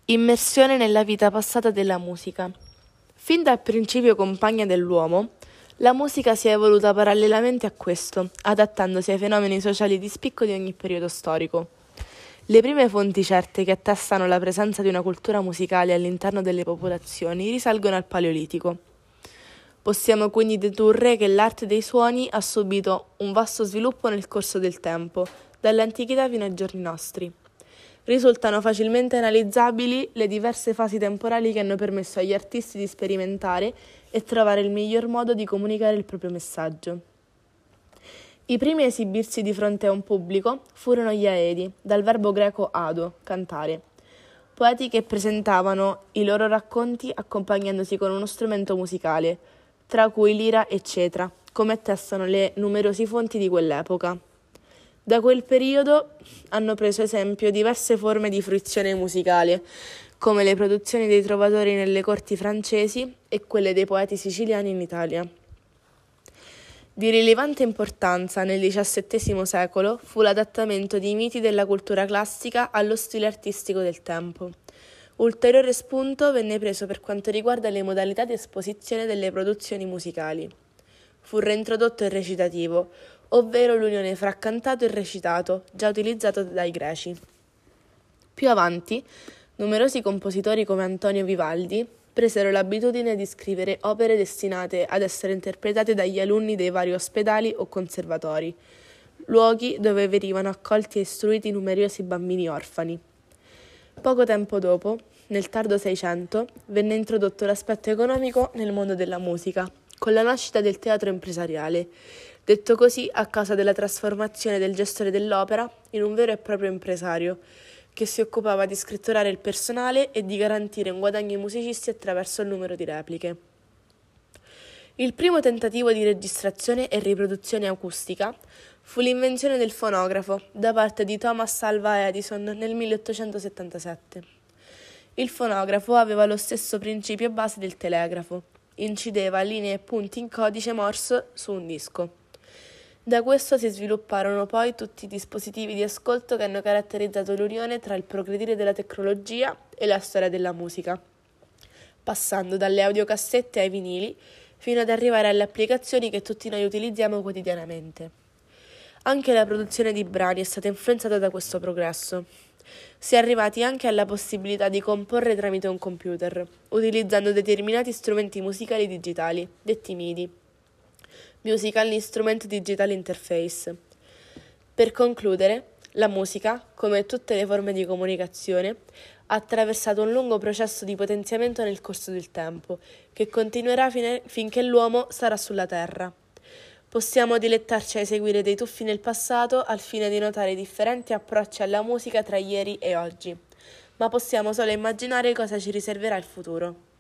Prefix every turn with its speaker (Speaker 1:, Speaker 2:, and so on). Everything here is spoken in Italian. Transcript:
Speaker 1: Immersione nella vita passata della musica. Fin dal principio compagna dell'uomo, la musica si è evoluta parallelamente a questo, adattandosi ai fenomeni sociali di spicco di ogni periodo storico. Le prime fonti certe che attestano la presenza di una cultura musicale all'interno delle popolazioni risalgono al Paleolitico. Possiamo quindi dedurre che l'arte dei suoni ha subito un vasto sviluppo nel corso del tempo, dall'antichità fino ai giorni nostri. Risultano facilmente analizzabili le diverse fasi temporali che hanno permesso agli artisti di sperimentare e trovare il miglior modo di comunicare il proprio messaggio. I primi a esibirsi di fronte a un pubblico furono gli Aedi, dal verbo greco ado, cantare, poeti che presentavano i loro racconti accompagnandosi con uno strumento musicale, tra cui lira e cetra, come attestano le numerose fonti di quell'epoca. Da quel periodo hanno preso esempio diverse forme di fruizione musicale, come le produzioni dei trovatori nelle corti francesi e quelle dei poeti siciliani in Italia. Di rilevante importanza nel XVII secolo fu l'adattamento di miti della cultura classica allo stile artistico del tempo. Ulteriore spunto venne preso per quanto riguarda le modalità di esposizione delle produzioni musicali. Fu reintrodotto il recitativo, ovvero l'unione fra cantato e recitato, già utilizzato dai greci. Più avanti, numerosi compositori come Antonio Vivaldi presero l'abitudine di scrivere opere destinate ad essere interpretate dagli alunni dei vari ospedali o conservatori, luoghi dove venivano accolti e istruiti numerosi bambini orfani. Poco tempo dopo, nel tardo Seicento, venne introdotto l'aspetto economico nel mondo della musica, con la nascita del teatro impresariale, detto così a causa della trasformazione del gestore dell'opera in un vero e proprio impresario, che si occupava di scritturare il personale e di garantire un guadagno ai musicisti attraverso il numero di repliche. Il primo tentativo di registrazione e riproduzione acustica fu l'invenzione del fonografo da parte di Thomas Alva Edison nel 1877. Il fonografo aveva lo stesso principio base del telegrafo, incideva linee e punti in codice Morse su un disco. Da questo si svilupparono poi tutti i dispositivi di ascolto che hanno caratterizzato l'unione tra il progredire della tecnologia e la storia della musica, passando dalle audiocassette ai vinili fino ad arrivare alle applicazioni che tutti noi utilizziamo quotidianamente. Anche la produzione di brani è stata influenzata da questo progresso. Si è arrivati anche alla possibilità di comporre tramite un computer, utilizzando determinati strumenti musicali digitali, detti MIDI. Musical Instrument Digital Interface. Per concludere, la musica, come tutte le forme di comunicazione, ha attraversato un lungo processo di potenziamento nel corso del tempo, che continuerà finché l'uomo sarà sulla Terra. Possiamo dilettarci a eseguire dei tuffi nel passato al fine di notare i differenti approcci alla musica tra ieri e oggi, ma possiamo solo immaginare cosa ci riserverà il futuro.